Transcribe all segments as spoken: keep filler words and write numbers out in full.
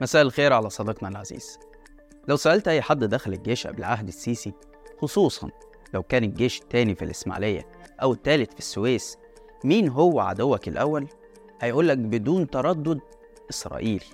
مساء الخير على صديقنا العزيز. لو سألت أي حد دخل الجيش قبل عهد السيسي، خصوصا لو كان الجيش التاني في الإسماعيلية أو التالت في السويس، مين هو عدوك الأول؟ هيقولك بدون تردد إسرائيل.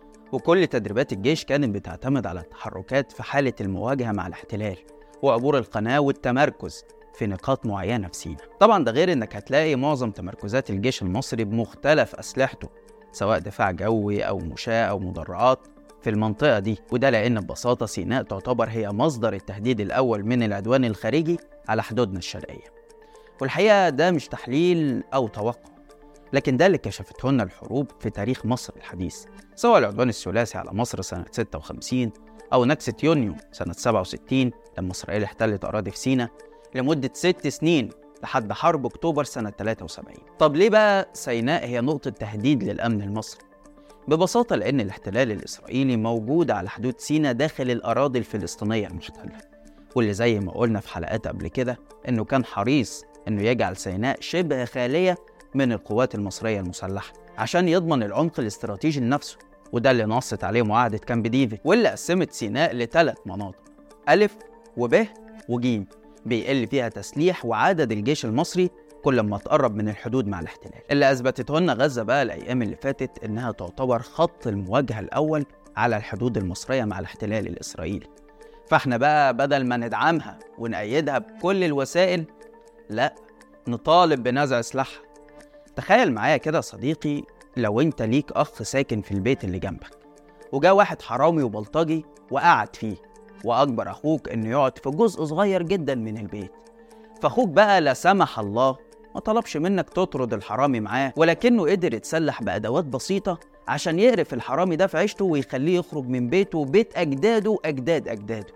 وكل تدريبات الجيش كانت بتعتمد على التحركات في حالة المواجهة مع الاحتلال وعبور القناة والتمركز في نقاط معينة في سيناء. طبعا ده غير إنك هتلاقي معظم تمركزات الجيش المصري بمختلف أسلحته، سواء دفاع جوي أو مشاة أو مدرعات في المنطقة دي، وده لأن ببساطة سيناء تعتبر هي مصدر التهديد الأول من العدوان الخارجي على حدودنا الشرقية. والحقيقة ده مش تحليل أو توقع، لكن ده اللي كشفته لنا الحروب في تاريخ مصر الحديث، سواء العدوان الثلاثي على مصر سنة ستة وخمسين أو نكسة يونيو سنة سبعة وستين لما إسرائيل احتلت أراضي في سيناء لمدة ست سنين لحد حرب أكتوبر سنة ثلاثة وسبعين. طب ليه بقى سيناء هي نقطة تهديد للأمن المصري؟ ببساطة لأن الاحتلال الإسرائيلي موجود على حدود سيناء داخل الأراضي الفلسطينية المحتلة، واللي زي ما قلنا في حلقات قبل كده إنه كان حريص إنه يجعل سيناء شبه خالية من القوات المصرية المسلحة عشان يضمن العمق الاستراتيجي لنفسه، وده اللي نصت عليه معاهدة كامب ديفيد، واللي قسمت سيناء لثلاث مناطق: ألف وب وجيم، بيقل فيها تسليح وعدد الجيش المصري كل ما تقرب من الحدود مع الاحتلال. اللي أثبتته لنا غزة بقى الأيام اللي فاتت إنها تعتبر خط المواجهة الأول على الحدود المصرية مع الاحتلال الإسرائيلي. فاحنا بقى بدل ما ندعمها ونأيدها بكل الوسائل، لا، نطالب بنزع سلاحها. تخيل معايا كده صديقي، لو انت ليك أخ ساكن في البيت اللي جنبك وجاء واحد حرامي وبلطجي وقعد فيه، وأجبر أخوك إنه يقعد في جزء صغير جدا من البيت، فأخوك بقى لا سمح الله ما طلبش منك تطرد الحرامي معاه، ولكنه قدر يتسلح بأدوات بسيطة عشان يقرف الحرامي ده في عيشته ويخليه يخرج من بيته وبيت أجداده أجداد أجداده.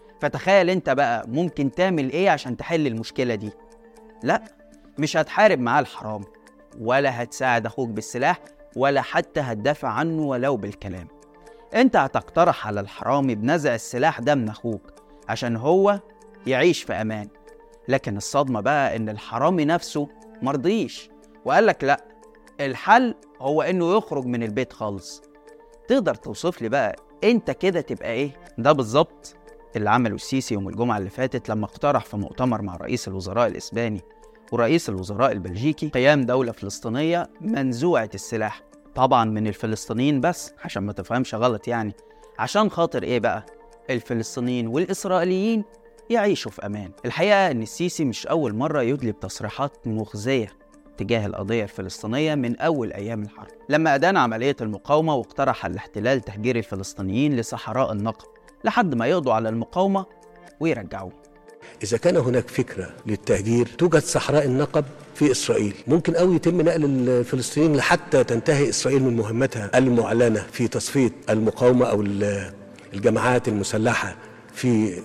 فتخيل انت بقى ممكن تعمل ايه عشان تحل المشكلة دي؟ لا، مش هتحارب معاه الحرامي، ولا هتساعد أخوك بالسلاح، ولا حتى هتدافع عنه ولو بالكلام. انت هتقترح على الحرامي بنزع السلاح ده من أخوك عشان هو يعيش في أمان. لكن الصدمة بقى إن الحرامي نفسه مرضيش وقالك لأ، الحل هو إنه يخرج من البيت خالص. تقدر توصف لي بقى أنت كده تبقى إيه؟ ده بالظبط اللي عمله السيسي يوم الجمعة اللي فاتت لما اقترح في مؤتمر مع رئيس الوزراء الإسباني ورئيس الوزراء البلجيكي قيام دولة فلسطينية منزوعة السلاح، طبعا من الفلسطينيين بس عشان ما تفهمش غلط، يعني عشان خاطر إيه بقى؟ الفلسطينيين والإسرائيليين يعيشوا في أمان. الحقيقة إن السيسي مش أول مرة يدلي بتصريحات مخزية تجاه القضية الفلسطينية من أول أيام الحرب، لما أدان عملية المقاومة واقترح الاحتلال تهجير الفلسطينيين لصحراء النقب لحد ما يقضوا على المقاومة ويرجعوه. إذا كان هناك فكرة للتهجير، توجد صحراء النقب في إسرائيل، ممكن أوي يتم نقل الفلسطينيين لحتى تنتهي إسرائيل من مهمتها المعلنة في تصفية المقاومة أو الجماعات المسلحة في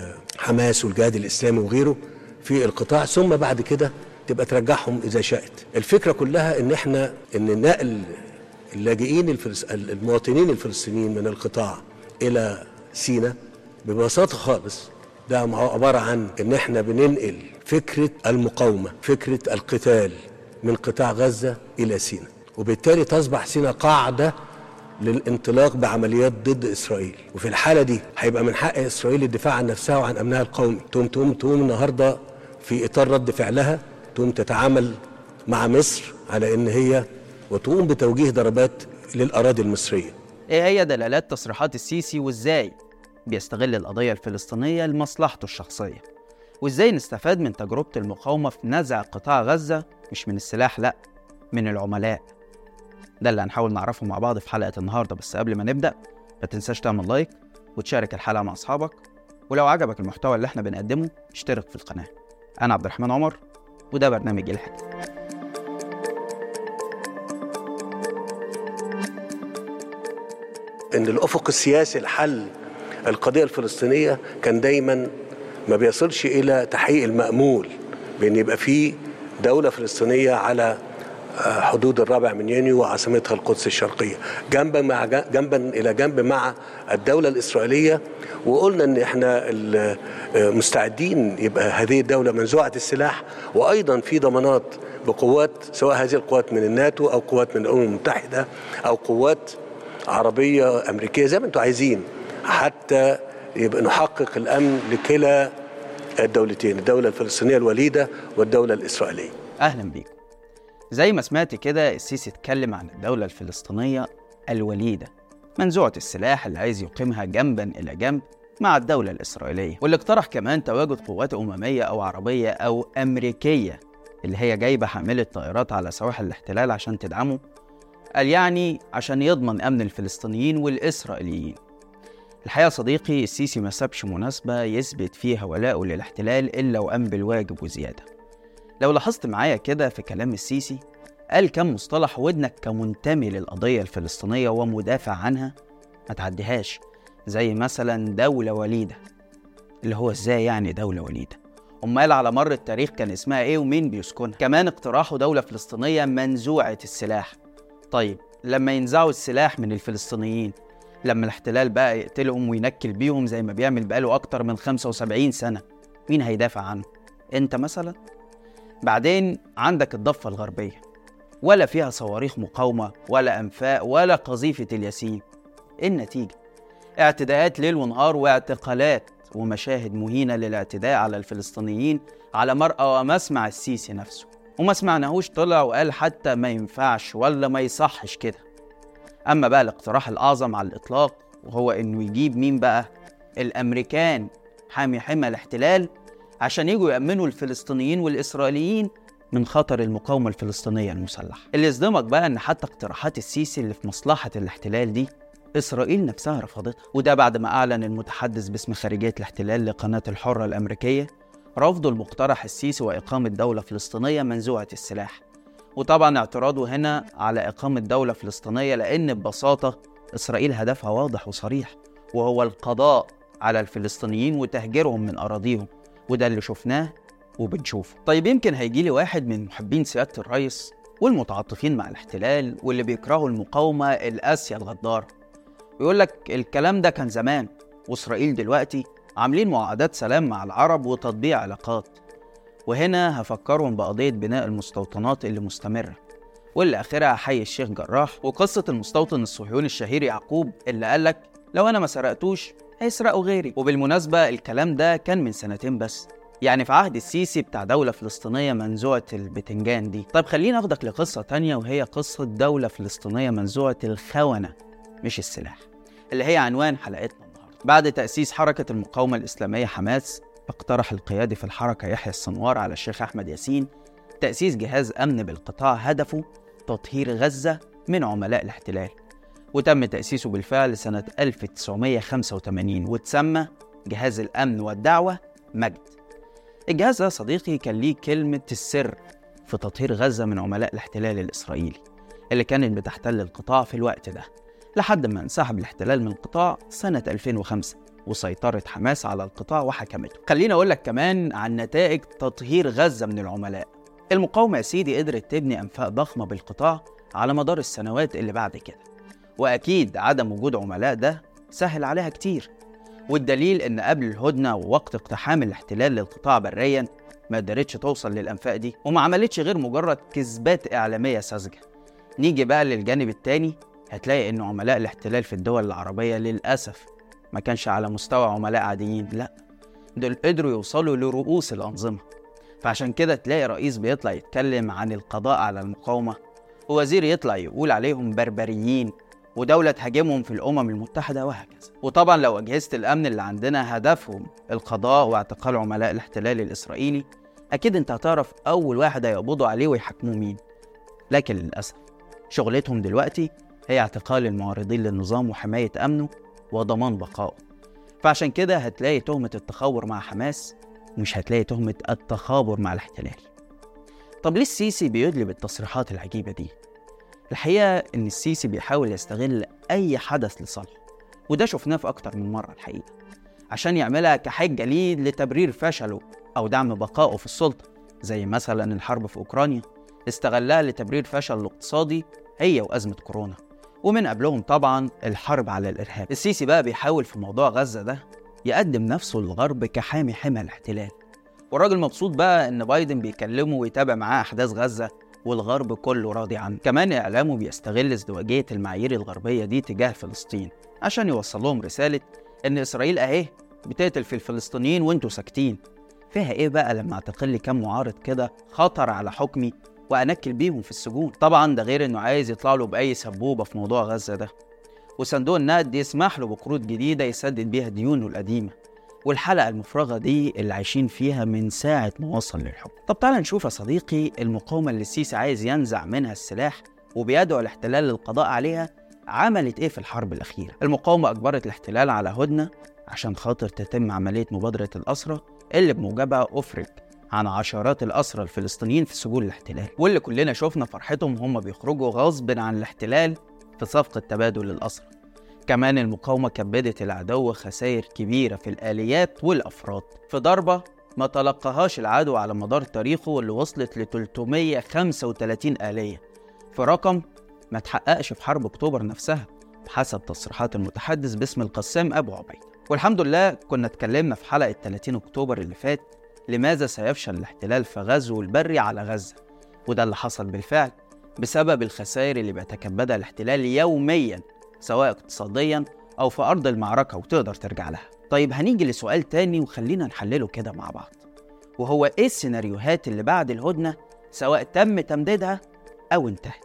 حماس والجهاد الإسلامي وغيره في القطاع، ثم بعد كده تبقى ترجعهم إذا شاءت. الفكرة كلها إن إحنا إن نقل اللاجئين الفلس... المواطنين الفلسطينيين من القطاع إلى سيناء ببساطة خالص ده عبارة عن إن إحنا بننقل فكرة المقاومة، فكرة القتال من قطاع غزة إلى سيناء، وبالتالي تصبح سيناء قاعدة للانطلاق بعمليات ضد إسرائيل. وفي الحالة دي هيبقى من حق إسرائيل الدفاع عن نفسها وعن أمنها القومي. تقوم تقوم تقوم النهاردة في إطار رد فعلها تقوم تتعامل مع مصر على إن هي وتقوم بتوجيه ضربات للأراضي المصرية. إيه هي دلالات تصريحات السيسي، وإزاي بيستغل القضية الفلسطينية لمصلحته الشخصية؟ وإزاي نستفاد من تجربة المقاومة في نزع قطاع غزة مش من السلاح، لأ، من العملاء؟ ده اللي هنحاول نعرفه مع بعض في حلقة النهاردة. بس قبل ما نبدأ ما تنساش تعمل لايك وتشارك الحلقة مع أصحابك، ولو عجبك المحتوى اللي احنا بنقدمه اشترك في القناة. أنا عبد الرحمن عمر، وده برنامج الحكي. إن الأفق السياسي لحل القضية الفلسطينية كان دايما ما بيصلش إلى تحقيق المأمول بأن يبقى فيه دولة فلسطينية على حدود الرابع من يونيو وعاصمتها القدس الشرقية، جنبا مع جنبا إلى جنب مع الدولة الإسرائيلية. وقلنا إن إحنا مستعدين يبقى هذه الدولة منزوعة السلاح، وأيضا في ضمانات بقوات، سواء هذه القوات من الناتو أو قوات من الأمم المتحدة أو قوات عربية أمريكية زي ما أنتم عايزين، حتى يبقى نحقق الأمن لكلا الدولتين، الدولة الفلسطينية الوليدة والدولة الإسرائيلية. أهلا بيكم. زي ما سمعت كده، السيسي اتكلم عن الدولة الفلسطينية الوليدة، منزوعة السلاح اللي عايز يقيمها جنبا إلى جنب مع الدولة الإسرائيلية، واللي اقترح كمان تواجد قوات أممية أو عربية أو أمريكية اللي هي جايبة حاملة طائرات على سواحل الاحتلال عشان تدعمه. قال يعني عشان يضمن أمن الفلسطينيين والإسرائيليين. الحقيقة صديقي، السيسي ما سابش مناسبة يثبت فيها ولاءه للاحتلال إلا وقام بالواجب وزيادة. لو لاحظت معايا كده في كلام السيسي، قال كم مصطلح ودنك كمنتمي للقضية الفلسطينية ومدافع عنها ما تعديهاش، زي مثلا دولة وليدة. اللي هو ازاي يعني دولة وليدة؟ أمال على مر التاريخ كان اسمها ايه ومين بيسكنها؟ كمان اقتراحه دولة فلسطينية منزوعة السلاح. طيب لما ينزعوا السلاح من الفلسطينيين، لما الاحتلال بقى يقتلهم وينكل بيهم زي ما بيعمل بقاله أكتر من خمسة وسبعين سنة، مين هيدافع عنه؟ انت مثلا؟ بعدين عندك الضفة الغربية، ولا فيها صواريخ مقاومة ولا أنفاق ولا قذيفة الياسين. إيه النتيجة؟ اعتداءات ليل ونهار واعتقالات ومشاهد مهينة للاعتداء على الفلسطينيين على مرأى ومسمع السيسي نفسه، وما سمعناهوش طلع وقال حتى ما ينفعش ولا ما يصحش كده. أما بقى الاقتراح الأعظم على الإطلاق، وهو إنه يجيب مين بقى؟ الأمريكان حامي حمى الاحتلال عشان يجوا يأمنوا الفلسطينيين والإسرائيليين من خطر المقاومة الفلسطينية المسلحة. اللي يصدمك بقى إن حتى اقتراحات السيسي اللي في مصلحة الاحتلال دي إسرائيل نفسها رفضتها، وده بعد ما أعلن المتحدث باسم خارجية الاحتلال لقناة الحرة الأمريكية رفضه المقترح السيسي وإقامة دولة فلسطينية منزوعة السلاح. وطبعا اعتراضه هنا على إقامة دولة فلسطينية لأن ببساطة إسرائيل هدفها واضح وصريح، وهو القضاء على الفلسطينيين وتهجيرهم من أراضيهم، وده اللي شفناه وبنشوفه. طيب يمكن هيجيلي واحد من محبين سيادة الرئيس والمتعاطفين مع الاحتلال واللي بيكرهوا المقاومة القاسية الغدارة، ويقول لك الكلام ده كان زمان، وإسرائيل دلوقتي عاملين معاهدات سلام مع العرب وتطبيع علاقات. وهنا هفكرهم بقضية بناء المستوطنات اللي مستمرة، واللي آخرها حي الشيخ جراح، وقصة المستوطن الصهيوني الشهير يعقوب اللي قالك لو أنا ما سرقتوش هيسرقوا غيري. وبالمناسبة الكلام ده كان من سنتين بس، يعني في عهد السيسي بتاع دولة فلسطينية منزوعة البتنجان دي. طيب خليني أخدك لقصة تانية، وهي قصة دولة فلسطينية منزوعة الخونة مش السلاح، اللي هي عنوان حلقتنا النهاردة. بعد تأسيس حركة المقاومة الإسلامية حماس، اقترح القيادي في الحركة يحيى السنوار على الشيخ أحمد ياسين تأسيس جهاز أمن بالقطاع هدفه تطهير غزة من عملاء الاحتلال، وتم تأسيسه بالفعل سنة ألف وتسعمائة وخمسة وثمانين وتسمى جهاز الأمن والدعوة مجد. الجهاز ده صديقي كان ليه كلمة السر في تطهير غزة من عملاء الاحتلال الإسرائيلي اللي كانت بتحتل القطاع في الوقت ده، لحد ما انسحب الاحتلال من القطاع سنة ألفين وخمسة وسيطرت حماس على القطاع وحكمته. خليني أقول لك كمان عن نتائج تطهير غزة من العملاء. المقاومة يا سيدي قدرت تبني أنفاق ضخمة بالقطاع على مدار السنوات اللي بعد كده، وأكيد عدم وجود عملاء ده سهل عليها كتير. والدليل إن قبل الهدنة ووقت اقتحام الاحتلال للقطاع بريا ما قدرتش توصل للأنفاق دي، وما عملتش غير مجرد كذبات إعلامية ساذجة. نيجي بقى للجانب التاني، هتلاقي إن عملاء الاحتلال في الدول العربية للأسف ما كانش على مستوى عملاء عاديين، لا دول قدروا يوصلوا لرؤوس الأنظمة. فعشان كده تلاقي رئيس بيطلع يتكلم عن القضاء على المقاومة، ووزير يطلع يقول عليهم بربريين، ودولة تهاجمهم في الأمم المتحدة، وهكذا. وطبعا لو أجهزة الأمن اللي عندنا هدفهم القضاء واعتقال عملاء الاحتلال الإسرائيلي، أكيد أنت هتعرف أول واحد هيقبضوا عليه ويحاكموه مين. لكن للأسف شغلتهم دلوقتي هي اعتقال المعارضين للنظام وحماية أمنه وضمان بقائه. فعشان كده هتلاقي تهمة التخابر مع حماس، مش هتلاقي تهمة التخابر مع الاحتلال. طب ليه السيسي بيدلي بالتصريحات العجيبة دي؟ الحقيقة إن السيسي بيحاول يستغل أي حدث لصالحه، وده شفناه في أكتر من مرة الحقيقة، عشان يعملها كحجة ليه لتبرير فشله أو دعم بقائه في السلطة، زي مثلا الحرب في أوكرانيا استغلها لتبرير فشل الاقتصادي هي وأزمة كورونا، ومن قبلهم طبعا الحرب على الإرهاب. السيسي بقى بيحاول في موضوع غزة ده يقدم نفسه للغرب كحامي حمى الاحتلال، والراجل مبسوط بقى إن بايدن بيكلمه ويتابع معاه أحداث غزة والغرب كله راضي عنه. كمان إعلامه بيستغل ازدواجية المعايير الغربية دي تجاه فلسطين عشان يوصل لهم رسالة إن إسرائيل أهي بتقتل في الفلسطينيين وانتوا ساكتين. فيها إيه بقى لما اعتقل لي كام معارض كده خطر على حكمي وأنكل بيهم في السجون؟ طبعا ده غير إنه عايز يطلع له بأي سبوبة في موضوع غزة ده، وصندوق النقد يسمح له بقروض جديدة يسدد بيها ديونه القديمة، والحلقة المفرغة دي اللي عايشين فيها من ساعة ما وصل للحكم. طب تعال نشوف يا صديقي المقاومة اللي السيسي عايز ينزع منها السلاح وبيدعو الاحتلال للقضاء عليها عملت ايه في الحرب الأخيرة؟ المقاومة أجبرت الاحتلال على هدنة عشان خاطر تتم عملية مبادرة الأسرى اللي بموجبها أفرج عن عشرات الأسرى الفلسطينيين في سجون الاحتلال، واللي كلنا شفنا فرحتهم هم بيخرجوا غصب عن الاحتلال في صفقة تبادل الأسرى. كمان المقاومة كبدت العدو خسائر كبيرة في الآليات والأفراد في ضربة ما تلقاهاش العدو على مدار تاريخه، واللي وصلت ل ثلاثمائة وخمسة وثلاثين آلية، في رقم ما تحققش في حرب أكتوبر نفسها بحسب تصريحات المتحدث باسم القسام أبو عبيدة. والحمد لله كنا اتكلمنا في حلقة ثلاثين أكتوبر اللي فات لماذا سيفشل الاحتلال في غزو البري على غزة، وده اللي حصل بالفعل بسبب الخسائر اللي بيتكبدها الاحتلال يومياً سواء اقتصادياً أو في أرض المعركة وتقدر ترجع لها. طيب هنيجي لسؤال تاني وخلينا نحلله كده مع بعض، وهو إيه السيناريوهات اللي بعد الهدنة سواء تم تمديدها أو انتهت؟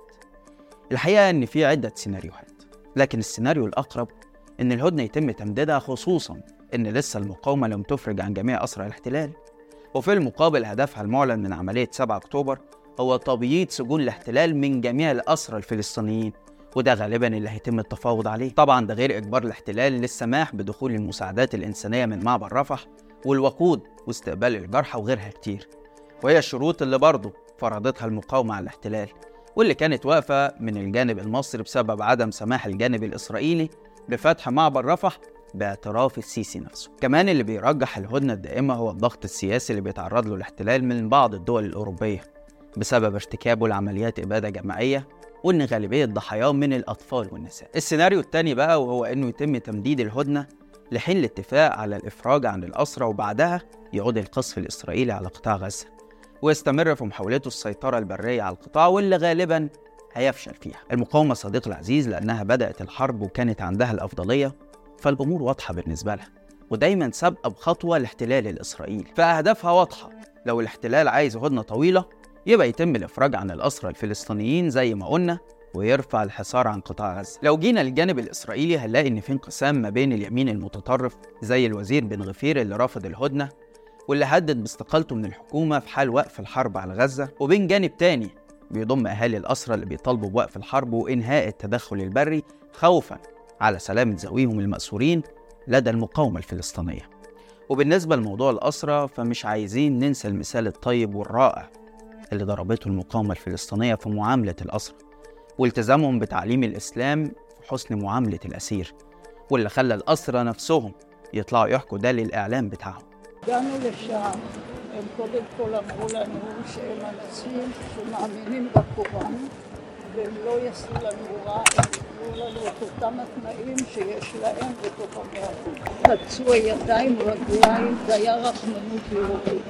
الحقيقة إن في عدة سيناريوهات، لكن السيناريو الأقرب إن الهدنة يتم تمديدها، خصوصاً إن لسه المقاومة لم تفرج عن جميع أسرى الاحتلال، وفي المقابل هدفها المعلن من عملية سبعة أكتوبر هو تبييض سجون الاحتلال من جميع الأسرى الفلسطينيين، وده غالبا اللي هيتم التفاوض عليه. طبعا ده غير إجبار الاحتلال للسماح بدخول المساعدات الإنسانية من معبر رفح والوقود واستقبال الجرحى وغيرها كتير، وهي الشروط اللي برضه فرضتها المقاومة على الاحتلال، واللي كانت واقفة من الجانب المصري بسبب عدم سماح الجانب الإسرائيلي بفتح معبر رفح باعتراف السيسي نفسه. كمان اللي بيرجح الهدنة الدائمة هو الضغط السياسي اللي بيتعرض له الاحتلال من بعض الدول الأوروبية بسبب ارتكابه لعمليات إبادة جماعية، وإن غالبية ضحاياه من الأطفال والنساء. السيناريو الثاني بقى وهو إنه يتم تمديد الهدنة لحين الاتفاق على الإفراج عن الأسرى، وبعدها يعود القصف الإسرائيلي على قطاع غزة ويستمر في محاولته السيطرة البرية على القطاع، واللي غالباً هيفشل فيها. المقاومة صديق العزيز لأنها بدأت الحرب وكانت عندها الأفضلية، فالأمور واضحة بالنسبة لها ودايماً سابقة بخطوة الاحتلال الإسرائيلي، فأهدافها واضحة. لو الاحتلال عايز هدنة طويلة يبقى يتم الإفراج عن الأسرى الفلسطينيين زي ما قلنا ويرفع الحصار عن قطاع غزة. لو جينا للجانب الإسرائيلي هنلاقي إن في انقسام ما بين اليمين المتطرف زي الوزير بن غفير اللي رافض الهدنة واللي هدد باستقالته من الحكومة في حال وقف الحرب على غزة، وبين جانب تاني بيضم أهالي الأسرى اللي بيطالبوا بوقف الحرب وإنهاء التدخل البري خوفاً على سلامة ذويهم المأسورين لدى المقاومة الفلسطينية. وبالنسبة لموضوع الأسرى فمش عايزين ننسى المثال الطيب والرائع اللي ضربته المقاومة الفلسطينية في معاملة الأسرى والتزامهم بتعليم الإسلام في حسن معاملة الأسير، واللي خلى الأسرى نفسهم يطلعوا يحكوا ده للإعلام بتاعهم. הגענו לשם, הם קודם כל אמרו לנו שהם אנשים שמאמינים בקוראן והם לא יעשו לנו רע, הם יקראו לנו את אותם התנאים שיש להם בתוך המערכת. פצוע ידיים רגליים, זה היה רחמנות לראות.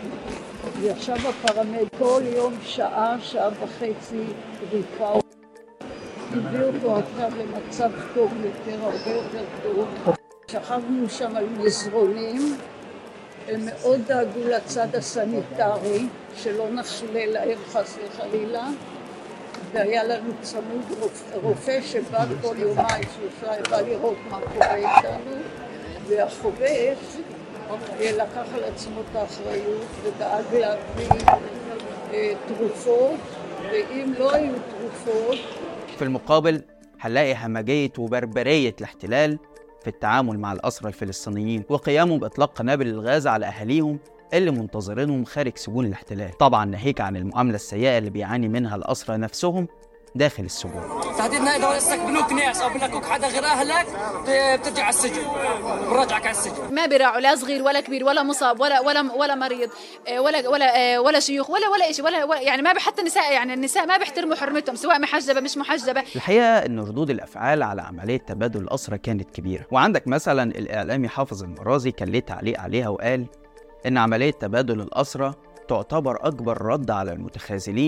ישב הפרמד כל יום שעה, שעה וחצי ריפא. הביא אותו עכשיו למצב טוב יותר, הרבה יותר טוב. שכבנו שם על מזרונים. הם מאוד דאגו לצד הסניטרי, שלא נחלה להם חס וחלילה, והיה לנו צמוד רופא שבא כל יומיים שלושה, בא לראות מה קורה איתנו, והחובש לקח על עצמו את האחריות ודאג להביא תרופות, ואם לא היו תרופות... في المقابل هنلاقي همجية وبربرية الاحتلال في التعامل مع الأسرى الفلسطينيين وقيامهم بإطلاق قنابل الغاز على أهاليهم اللي منتظرينهم خارج سجون الاحتلال، طبعا ناهيك عن المعاملة السيئة اللي بيعاني منها الأسرى نفسهم داخل السجون. تهديدنا إذا يستقبلوك ناس أو بنكوك حدا غير أهلك بترجع على السجن، برجعك على السجن. ما بيراعوا لا صغير ولا كبير ولا مصاب ولا ولا ولا مريض ولا ولا ولا شيوخ ولا ولا شيء ولا يعني ما حتى النساء، يعني النساء ما بيحترموا حرمتهم سواء محجبة مش محجبة. الحقيقة إن ردود الأفعال على عملية تبادل الأسرى كانت كبيرة، وعندك مثلا الإعلامي حافظ المرازي كان ليه تعليق عليها وقال إن عملية تبادل الأسرى تعتبر أكبر رد على المتخاذلين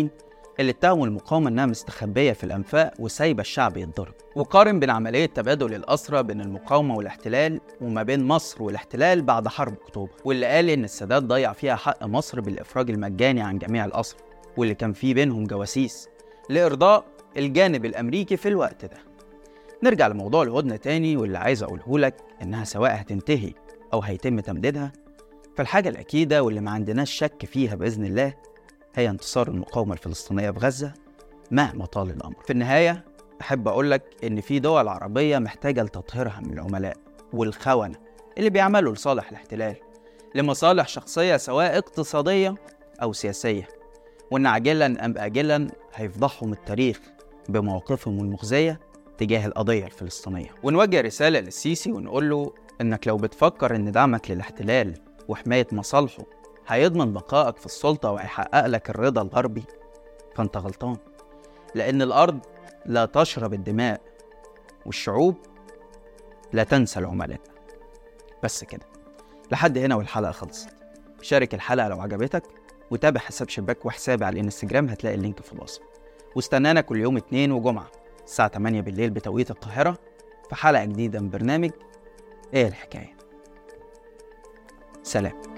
اللي اتهموا المقاومة إنها مستخبية في الأنفاق وسايبة الشعب يتضرب. وقارن بين عملية تبادل الأسرى بين المقاومة والاحتلال وما بين مصر والاحتلال بعد حرب أكتوبر، واللي قال إن السادات ضيع فيها حق مصر بالإفراج المجاني عن جميع الأسرى، واللي كان فيه بينهم جواسيس لإرضاء الجانب الأمريكي في الوقت ده. نرجع لموضوع الهدنة تاني، واللي عايز أقوله لك إنها سواء هتنتهي أو هيتم تمديدها، فالحاجة الأكيدة واللي ما عندناش شك فيها بإذن الله هي انتصار المقاومة الفلسطينية في غزة مهما طال الأمر. في النهاية أحب أقول لك إن في دول عربية محتاجة لتطهيرها من العملاء والخونة اللي بيعملوا لصالح الاحتلال لمصالح شخصية سواء اقتصادية أو سياسية، وإن عاجلا أم آجلا هيفضحهم التاريخ بمواقفهم المخزية تجاه القضية الفلسطينية. ونوجه رسالة للسيسي ونقول له إنك لو بتفكر إن دعمك للاحتلال وحماية مصالحه هيضمن بقائك في السلطة وهيحقق لك الرضا الغربي، فأنت غلطان، لأن الأرض لا تشرب الدماء والشعوب لا تنسى العملاء. بس كده، لحد هنا والحلقة خلصت. شارك الحلقة لو عجبتك، وتابع حساب شباك وحسابي على الانستجرام، هتلاقي اللينك في الوصف. واستنانا كل يوم اثنين وجمعة الساعة تمانية بالليل بتوقيت القاهرة في حلقة جديدة من برنامج ايه الحكاية. سلام.